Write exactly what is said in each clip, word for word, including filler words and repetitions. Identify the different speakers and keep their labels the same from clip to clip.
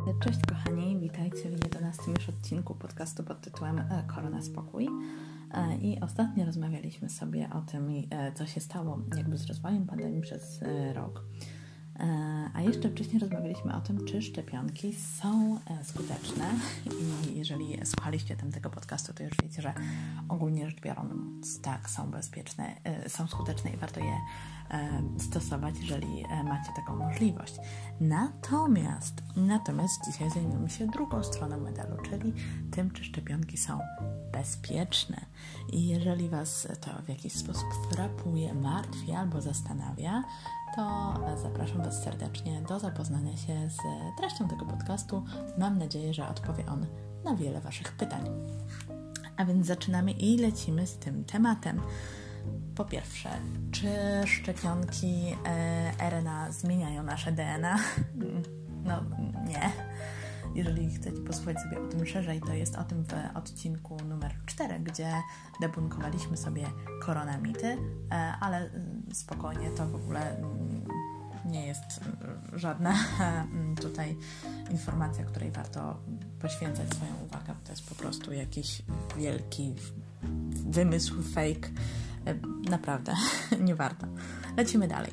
Speaker 1: Cześć kochani, witajcie w jedenastym już odcinku podcastu pod tytułem Korona Spokój. I ostatnio rozmawialiśmy sobie o tym, co się stało jakby z rozwojem pandemii przez rok. A jeszcze wcześniej rozmawialiśmy o tym, czy szczepionki są skuteczne. I jeżeli słuchaliście tamtego podcastu, to już wiecie, że ogólnie rzecz biorąc tak, są bezpieczne, są skuteczne i warto je stosować, jeżeli macie taką możliwość. Natomiast, natomiast dzisiaj zajmiemy się drugą stroną medalu, czyli tym, czy szczepionki są bezpieczne. I jeżeli Was to w jakiś sposób frapuje, martwi albo zastanawia, to zapraszam Was serdecznie do zapoznania się z treścią tego podcastu. Mam nadzieję, że odpowie on na wiele Waszych pytań. A więc zaczynamy i lecimy z tym tematem. Po pierwsze, czy szczepionki R N A zmieniają nasze D N A? No nie. Jeżeli chcecie posłuchać sobie o tym szerzej, to jest o tym w odcinku numer cztery, gdzie debunkowaliśmy sobie koronamity, ale spokojnie, to w ogóle nie jest żadna tutaj informacja, której warto poświęcać swoją uwagę. To jest po prostu jakiś wielki wymysł, fake. Naprawdę, nie warto. Lecimy dalej.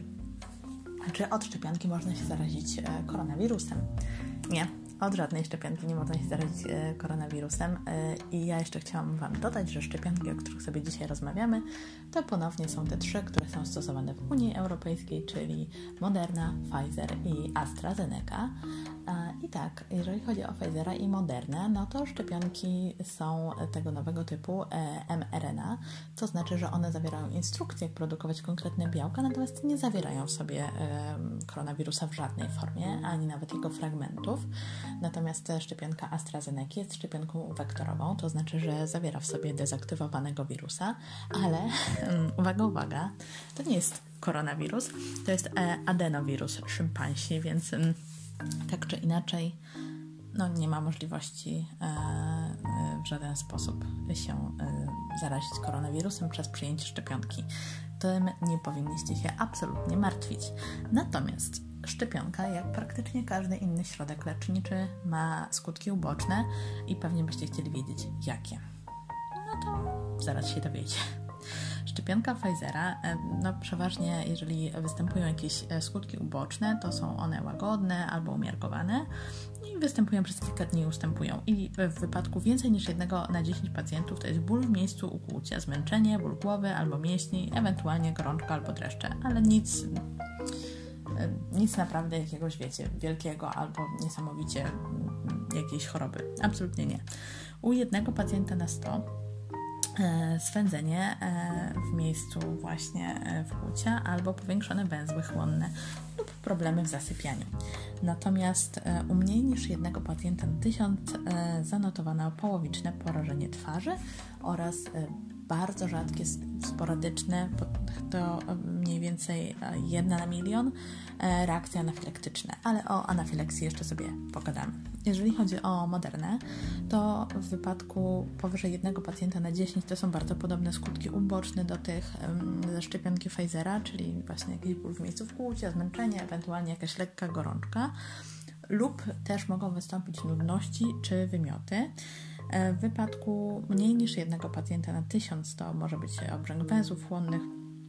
Speaker 1: Czy od szczepionki można się zarazić koronawirusem? Nie. Od żadnej szczepionki nie można się zarazić e, koronawirusem e, i ja jeszcze chciałam Wam dodać, że szczepionki, o których sobie dzisiaj rozmawiamy, to ponownie są te trzy, które są stosowane w Unii Europejskiej, czyli Moderna, Pfizer i AstraZeneca. E, I tak, jeżeli chodzi o Pfizera i Modernę, no to szczepionki są tego nowego typu e, mRNA, to znaczy, że one zawierają instrukcje, jak produkować konkretne białka, natomiast nie zawierają w sobie e, koronawirusa w żadnej formie, ani nawet jego fragmentów. Natomiast szczepionka AstraZeneca jest szczepionką wektorową, to znaczy, że zawiera w sobie dezaktywowanego wirusa, ale um, uwaga, uwaga, to nie jest koronawirus, to jest e, adenowirus szympansi, więc um, tak czy inaczej no, nie ma możliwości e, e, w żaden sposób się e, zarazić koronawirusem przez przyjęcie szczepionki. Tym nie powinniście się absolutnie martwić. Natomiast szczepionka, jak praktycznie każdy inny środek leczniczy, ma skutki uboczne i pewnie byście chcieli wiedzieć, jakie. No to zaraz się dowiecie. Szczepionka Pfizera, no przeważnie jeżeli występują jakieś skutki uboczne, to są one łagodne albo umiarkowane i występują przez kilka dni i ustępują. I w wypadku więcej niż jednego na dziesięć pacjentów to jest ból w miejscu ukłucia, zmęczenie, ból głowy albo mięśni, ewentualnie gorączka albo dreszcze, ale nic... Nic naprawdę jakiegoś, wiecie, wielkiego albo niesamowicie jakiejś choroby. Absolutnie nie. U jednego pacjenta na sto e, swędzenie e, w miejscu właśnie e, wkłucia albo powiększone węzły chłonne lub problemy w zasypianiu. Natomiast e, u mniej niż jednego pacjenta na tysiąc e, zanotowano połowiczne porażenie twarzy oraz e, bardzo rzadkie, sporadyczne, to mniej więcej jedna na milion, reakcje anafilaktyczne, ale o anafilaksji jeszcze sobie pogadamy. Jeżeli chodzi o Modernę, to w wypadku powyżej jednego pacjenta na dziesięć to są bardzo podobne skutki uboczne do tych ze szczepionki Pfizera, czyli właśnie jakiś ból w miejscu wkłucia, zmęczenie, ewentualnie jakaś lekka gorączka lub też mogą wystąpić nudności czy wymioty. W wypadku mniej niż jednego pacjenta na tysiąc to może być obrzęk węzłów chłonnych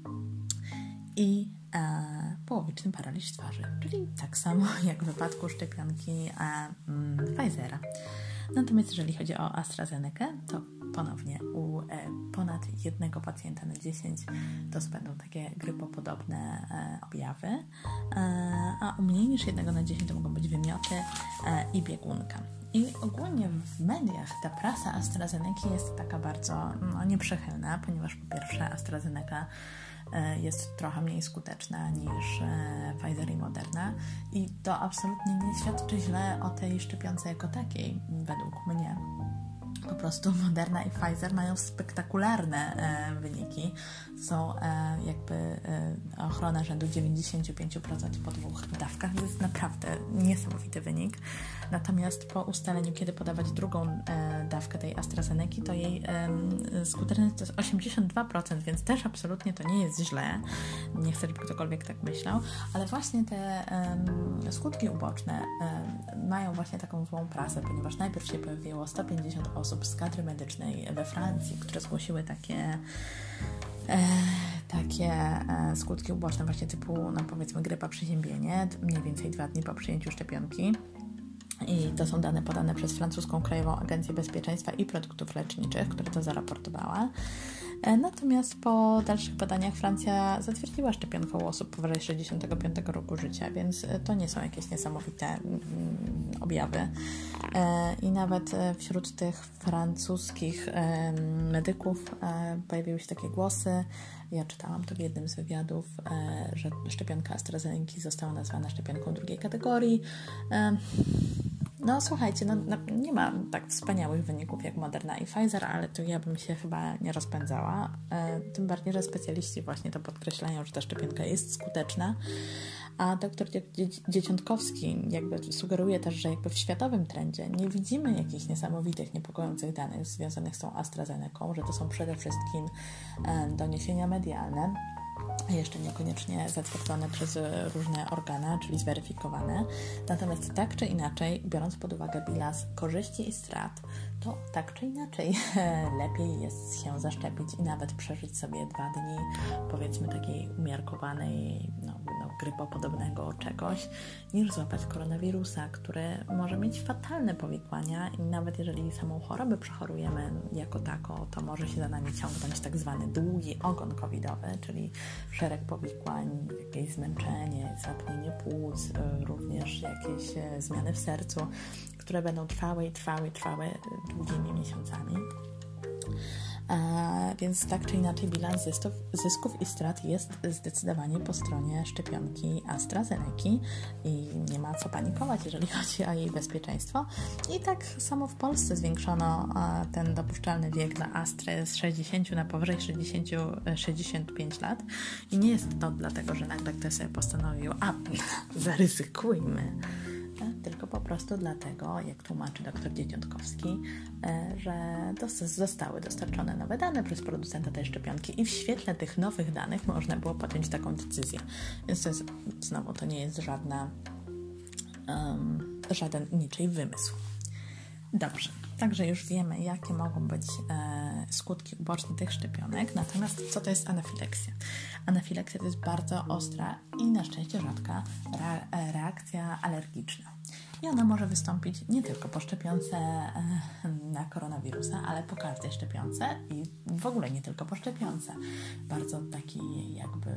Speaker 1: i e, połowiczny paraliż twarzy, czyli tak samo jak w wypadku szczepionki e, mm, Pfizera. Natomiast jeżeli chodzi o AstraZeneca, to ponownie u e, ponad jednego pacjenta na dziesięć to będą takie grypopodobne e, objawy, e, a u mniej niż jednego na dziesięć to mogą być wymioty e, i biegunka. I ogólnie w mediach ta prasa AstraZeneca jest taka bardzo no, nieprzychylna, ponieważ po pierwsze AstraZeneca jest trochę mniej skuteczna niż Pfizer i Moderna i to absolutnie nie świadczy źle o tej szczepionce jako takiej, według mnie. Po prostu Moderna i Pfizer mają spektakularne e, wyniki. Są e, jakby e, ochrona rzędu dziewięćdziesiąt pięć procent po dwóch dawkach. To jest naprawdę niesamowity wynik. Natomiast po ustaleniu, kiedy podawać drugą e, dawkę tej AstraZeneki, to jej e, skuteczność to jest osiemdziesiąt dwa procent, więc też absolutnie to nie jest źle. Nie chcę, żeby ktokolwiek tak myślał, ale właśnie te e, skutki uboczne e, mają właśnie taką złą prasę, ponieważ najpierw się pojawiło sto pięćdziesiąt osób z kadry medycznej we Francji, które zgłosiły takie e, takie e, skutki uboczne właśnie typu, no powiedzmy, grypa, przeziębienie, mniej więcej dwa dni po przyjęciu szczepionki. I to są dane podane przez francuską Krajową Agencję Bezpieczeństwa i Produktów Leczniczych, która to zaraportowała. Natomiast po dalszych badaniach Francja zatwierdziła szczepionkę u osób powyżej sześćdziesiątego piątego roku życia, więc to nie są jakieś niesamowite mm, objawy. E, I nawet wśród tych francuskich e, medyków e, pojawiły się takie głosy. Ja czytałam to w jednym z wywiadów, e, że szczepionka AstraZeneki została nazwana szczepionką drugiej kategorii. E, No słuchajcie, no, no, nie ma tak wspaniałych wyników jak Moderna i Pfizer, ale tu ja bym się chyba nie rozpędzała. E, tym bardziej, że specjaliści właśnie to podkreślają, że ta szczepionka jest skuteczna. A doktor Dzieciątkowski jakby sugeruje też, że jakby w światowym trendzie nie widzimy jakichś niesamowitych, niepokojących danych związanych z tą AstraZeneką, że to są przede wszystkim e, doniesienia medialne, jeszcze niekoniecznie zatwierdzone przez różne organy, czyli zweryfikowane. Natomiast tak czy inaczej, biorąc pod uwagę bilans korzyści i strat, to tak czy inaczej lepiej jest się zaszczepić i nawet przeżyć sobie dwa dni, powiedzmy, takiej umiarkowanej, no, no grypopodobnego czegoś, niż złapać koronawirusa, który może mieć fatalne powikłania i nawet jeżeli samą chorobę przechorujemy jako tako, to może się za nami ciągnąć tak zwany długi ogon covidowy, czyli szereg powikłań, jakieś zmęczenie, zapnienie płuc, również jakieś zmiany w sercu, które będą trwały i trwały, trwały długimi miesiącami. A więc tak czy inaczej bilans zysków, zysków i strat jest zdecydowanie po stronie szczepionki AstraZeneki i nie ma co panikować, jeżeli chodzi o jej bezpieczeństwo. I tak samo w Polsce zwiększono ten dopuszczalny wiek na Astrę z sześćdziesięciu na powyżej sześćdziesiąt pięć lat i nie jest to dlatego, że nagle ktoś sobie postanowił, a zaryzykujmy, tylko po prostu dlatego, jak tłumaczy doktor Dzieciątkowski, że zostały dostarczone nowe dane przez producenta tej szczepionki i w świetle tych nowych danych można było podjąć taką decyzję. Więc to jest, znowu, to nie jest żadna, um, żaden niczyj wymysł. Dobrze, także już wiemy, jakie mogą być e, skutki uboczne tych szczepionek. Natomiast co to jest anafileksja? Anafileksja to jest bardzo ostra i na szczęście rzadka re- reakcja alergiczna. I ona może wystąpić nie tylko po szczepionce e, na koronawirusa, ale po każdej szczepionce i w ogóle nie tylko po szczepionce. Bardzo taki jakby,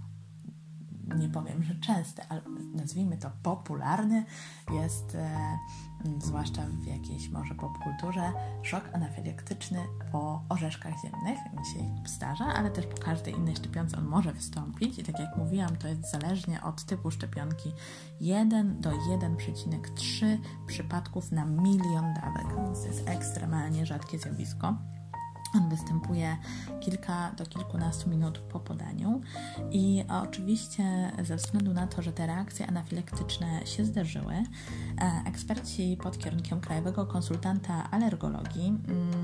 Speaker 1: nie powiem, że częsty, ale nazwijmy to popularny jest, e, zwłaszcza w jakiejś może popkulturze, szok anafilaktyczny po orzeszkach ziemnych. Mi się ich zdarza, ale też po każdej innej szczepionce on może wystąpić i tak jak mówiłam, to jest zależnie od typu szczepionki jeden do jeden przecinek trzy przypadków na milion dawek, więc to jest ekstremalnie rzadkie zjawisko. On występuje kilka do kilkunastu minut po podaniu i oczywiście ze względu na to, że te reakcje anafilaktyczne się zdarzyły, eksperci pod kierunkiem Krajowego Konsultanta Alergologii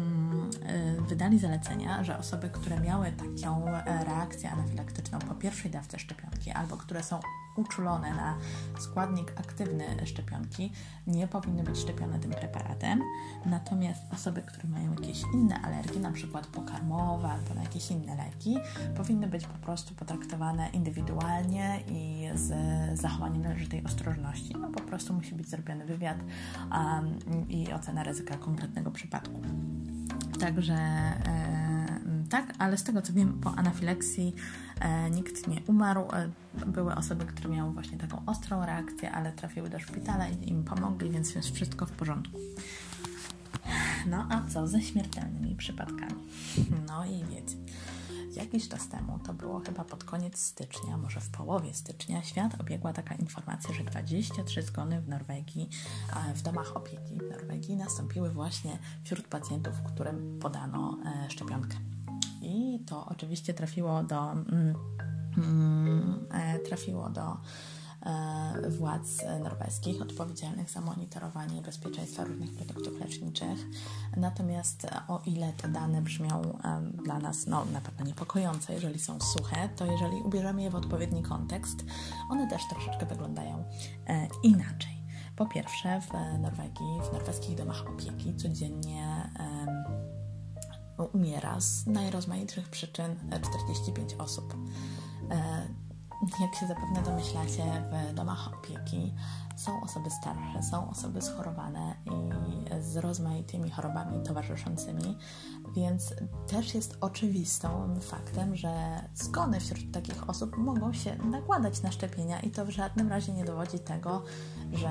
Speaker 1: wydali zalecenia, że osoby, które miały taką reakcję anafilaktyczną po pierwszej dawce szczepionki albo które są uczulone na składnik aktywny szczepionki, nie powinny być szczepione tym preparatem. Natomiast osoby, które mają jakieś inne alergie, na przykład pokarmowe albo na jakieś inne leki, powinny być po prostu potraktowane indywidualnie i z zachowaniem należytej ostrożności. No po prostu musi być zrobiony wywiad um, i ocena ryzyka konkretnego przypadku. Także e, tak, ale z tego co wiem, po anafileksji e, nikt nie umarł. E, były osoby, które miały właśnie taką ostrą reakcję, ale trafiły do szpitala i im pomogli, więc jest wszystko w porządku. No a co ze śmiertelnymi przypadkami? No i wiecie, jakiś czas temu, to było chyba pod koniec stycznia, może w połowie stycznia, świat obiegła taka informacja, że dwadzieścia trzy zgony w Norwegii, w domach opieki w Norwegii nastąpiły właśnie wśród pacjentów, którym podano szczepionkę. I to oczywiście trafiło do, mm, mm, trafiło do władz norweskich odpowiedzialnych za monitorowanie bezpieczeństwa różnych produktów leczniczych. Natomiast o ile te dane brzmią dla nas no, na pewno niepokojące, jeżeli są suche, to jeżeli ubierzemy je w odpowiedni kontekst, one też troszeczkę wyglądają inaczej. Po pierwsze, w Norwegii, w norweskich domach opieki codziennie umiera z najrozmaitszych przyczyn czterdzieści pięć osób. Jak się zapewne domyślacie, w domach opieki są osoby starsze, są osoby schorowane i z rozmaitymi chorobami towarzyszącymi, więc też jest oczywistym faktem, że zgony wśród takich osób mogą się nakładać na szczepienia i to w żadnym razie nie dowodzi tego, że,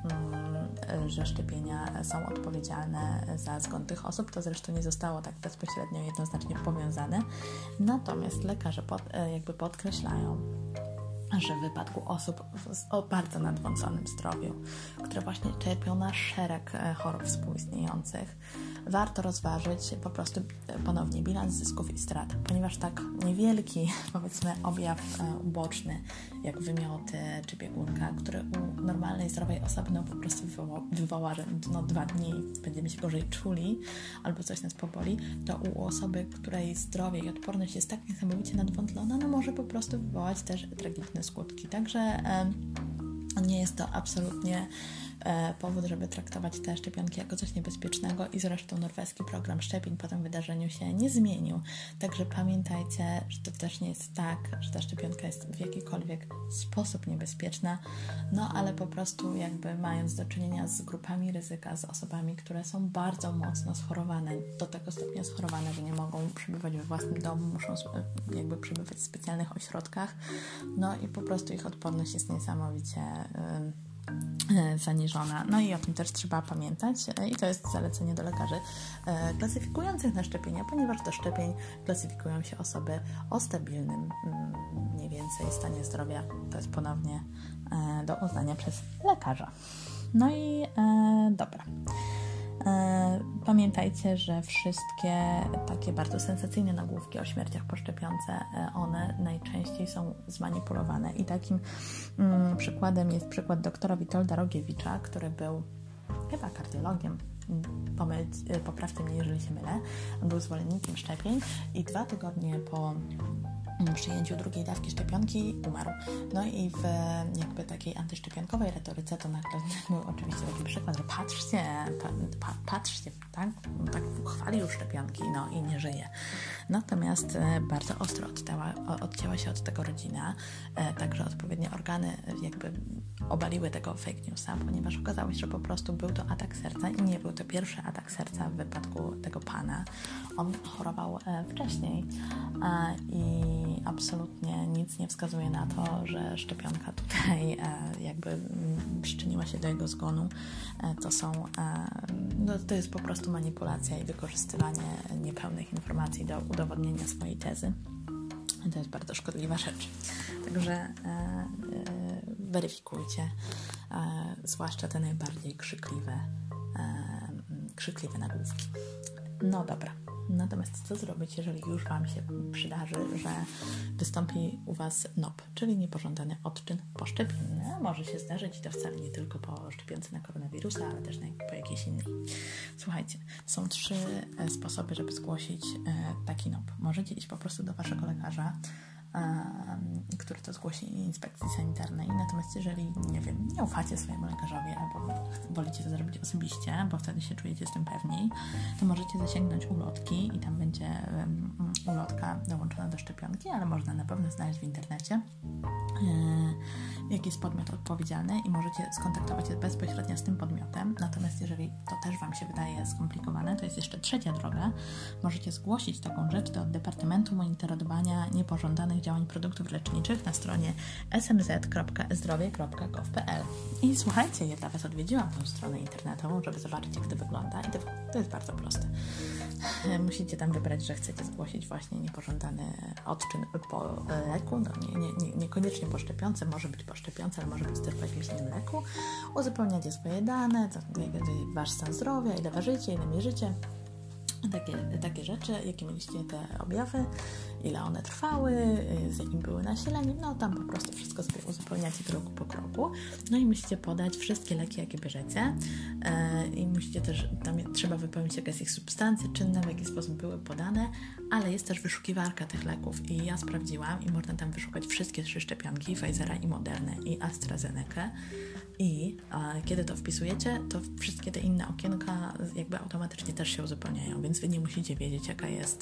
Speaker 1: mm, że szczepienia są odpowiedzialne za zgon tych osób. To zresztą nie zostało tak bezpośrednio jednoznacznie powiązane. Natomiast lekarze pod, jakby podkreślają, że w wypadku osób o bardzo nadwątlonym zdrowiu, które właśnie cierpią na szereg chorób współistniejących, warto rozważyć po prostu ponownie bilans zysków i strat, ponieważ tak niewielki, powiedzmy, objaw uboczny, jak wymioty czy biegunka, który u normalnej, zdrowej osoby no po prostu wywoła, wywoła że no, dwa dni będziemy się gorzej czuli albo coś nas poboli, to u osoby, której zdrowie i odporność jest tak niesamowicie nadwątlona, no może po prostu wywołać też tragiczne skutki. Także e, nie jest to absolutnie e, powód, żeby traktować te szczepionki jako coś niebezpiecznego i zresztą norweski program szczepień po tym wydarzeniu się nie zmienił. Także pamiętajcie, że to też nie jest tak, że ta szczepionka jest w jakikolwiek sposób niebezpieczna, no ale po prostu jakby mając do czynienia z grupami ryzyka, z osobami, które są bardzo mocno schorowane, do tego stopnia schorowane, że nie mogą przebywać we własnym domu, muszą jakby przebywać w specjalnych ośrodkach, no i po prostu ich odporność jest niesamowicie yy, zaniżona. No i o tym też trzeba pamiętać i to jest zalecenie do lekarzy e, klasyfikujących na szczepienia, ponieważ do szczepień klasyfikują się osoby o stabilnym mm, mniej więcej stanie zdrowia. To jest ponownie e, do uznania przez lekarza. No i e, dobra. E, pamiętajcie, że wszystkie takie bardzo sensacyjne nagłówki o śmierciach po szczepionce, e, one najczęściej są zmanipulowane i takim mm, przykładem jest przykład doktora Witolda Rogiewicza, który był chyba kardiologiem, pomyl, poprawcie mnie, jeżeli się mylę. On był zwolennikiem szczepień i dwa tygodnie po przyjęciu drugiej dawki szczepionki umarł. No i w jakby takiej antyszczepionkowej retoryce to nagle był oczywiście taki przykład, że patrzcie, pa, pa, patrzcie, tak? Tak chwalił szczepionki, no i nie żyje. Natomiast bardzo ostro odcięła, odcięła się od tego rodzina, także odpowiednie organy jakby obaliły tego fake newsa, ponieważ okazało się, że po prostu był to atak serca i nie był to pierwszy atak serca w wypadku tego pana. On chorował wcześniej i absolutnie nic nie wskazuje na to, że szczepionka tutaj jakby przyczyniła się do jego zgonu. To są, no to jest po prostu manipulacja i wykorzystywanie niepełnych informacji do udowodnienia swojej tezy. To jest bardzo szkodliwa rzecz. Także e, e, weryfikujcie, e, zwłaszcza te najbardziej krzykliwe, e, krzykliwe nagłówki. No dobra. Natomiast co zrobić, jeżeli już Wam się przydarzy, że wystąpi u Was N O P, czyli niepożądany odczyn poszczepienny? Może się zdarzyć i to wcale nie tylko po szczepionce na koronawirusa, ale też po jakiejś innej. Słuchajcie, są trzy sposoby, żeby zgłosić taki N O P. Możecie iść po prostu do Waszego lekarza, który to zgłosi inspekcji sanitarnej. Natomiast jeżeli, nie wiem, nie ufacie swojemu lekarzowi albo wolicie to zrobić osobiście, bo wtedy się czujecie z tym pewniej, to możecie zasięgnąć ulotki i tam będzie um, ulotka dołączona do szczepionki, ale można na pewno znaleźć w internecie. jaki jest podmiot odpowiedzialny i możecie skontaktować się bezpośrednio z tym podmiotem. Natomiast jeżeli to też Wam się wydaje skomplikowane, to jest jeszcze trzecia droga. Możecie zgłosić taką rzecz do Departamentu Monitorowania Niepożądanych Działań Produktów Leczniczych na stronie s m z kropka e zdrowie kropka gov kropka p l. I słuchajcie, ja dla Was odwiedziłam tą stronę internetową, żeby zobaczyć, jak to wygląda. I to, to jest bardzo proste. Musicie tam wybrać, że chcecie zgłosić właśnie niepożądany odczyn po leku. No, nie, nie, nie, niekoniecznie po szczepionce, może być po szczepionce, ale może być też po jakimś innym leku. Uzupełniacie swoje dane, to, Wasz stan zdrowia, ile ważycie, ile mierzycie. Takie, takie rzeczy, jakie mieliście te objawy, ile one trwały, z jakim były nasileniem, no tam po prostu wszystko sobie uzupełniacie kroku po kroku. No i musicie podać wszystkie leki, jakie bierzecie yy, i musicie też, tam trzeba wypełnić, jaka jest ich substancja czynna, w jaki sposób były podane, ale jest też wyszukiwarka tych leków i ja sprawdziłam i można tam wyszukać wszystkie trzy szczepionki, Pfizera i Modernę i AstraZenekę. I a, kiedy to wpisujecie, to wszystkie te inne okienka jakby automatycznie też się uzupełniają, więc Wy nie musicie wiedzieć, jaka jest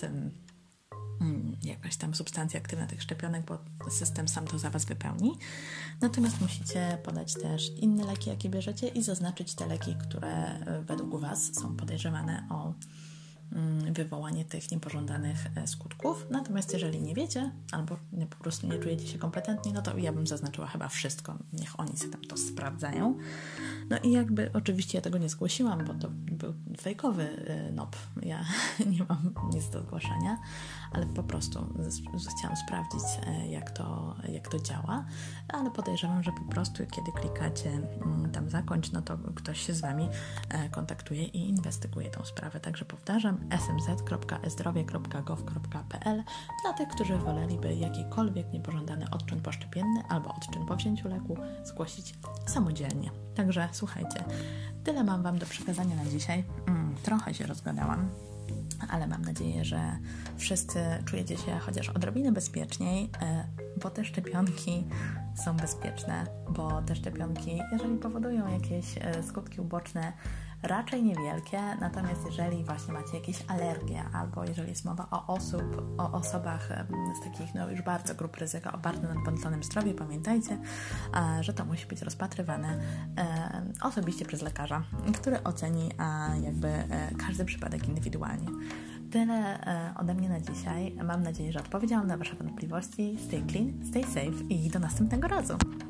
Speaker 1: um, jakaś tam substancja aktywna tych szczepionek, bo system sam to za Was wypełni. Natomiast musicie podać też inne leki, jakie bierzecie i zaznaczyć te leki, które według Was są podejrzewane o wywołanie tych niepożądanych skutków. Natomiast jeżeli nie wiecie, albo nie, po prostu nie czujecie się kompetentni, no to ja bym zaznaczyła chyba wszystko. Niech oni sobie tam to sprawdzają. No i jakby oczywiście ja tego nie zgłosiłam, bo to był fejkowy N O P. Ja nie mam nic do zgłaszania, ale po prostu chciałam sprawdzić, jak to, jak to działa, ale podejrzewam, że po prostu kiedy klikacie tam zakończ, no to ktoś się z Wami kontaktuje i inwestyguje tą sprawę. Także powtarzam, s m z kropka e zdrowie kropka gov kropka p l dla tych, którzy woleliby jakikolwiek niepożądany odczyn poszczepienny albo odczyn po wzięciu leku zgłosić samodzielnie. Także słuchajcie, tyle mam Wam do przekazania na dzisiaj. Mm, trochę się rozgadałam, ale mam nadzieję, że wszyscy czujecie się chociaż odrobinę bezpieczniej, bo te szczepionki są bezpieczne, bo te szczepionki, jeżeli powodują jakieś skutki uboczne, raczej niewielkie, natomiast jeżeli właśnie macie jakieś alergie albo jeżeli jest mowa o osób, o osobach z takich no już bardzo grup ryzyka, o bardzo nadwątlonym zdrowiu, pamiętajcie, że to musi być rozpatrywane osobiście przez lekarza, który oceni jakby każdy przypadek indywidualnie. Tyle ode mnie na dzisiaj. Mam nadzieję, że odpowiedziałam na Wasze wątpliwości. Stay clean, stay safe i do następnego razu.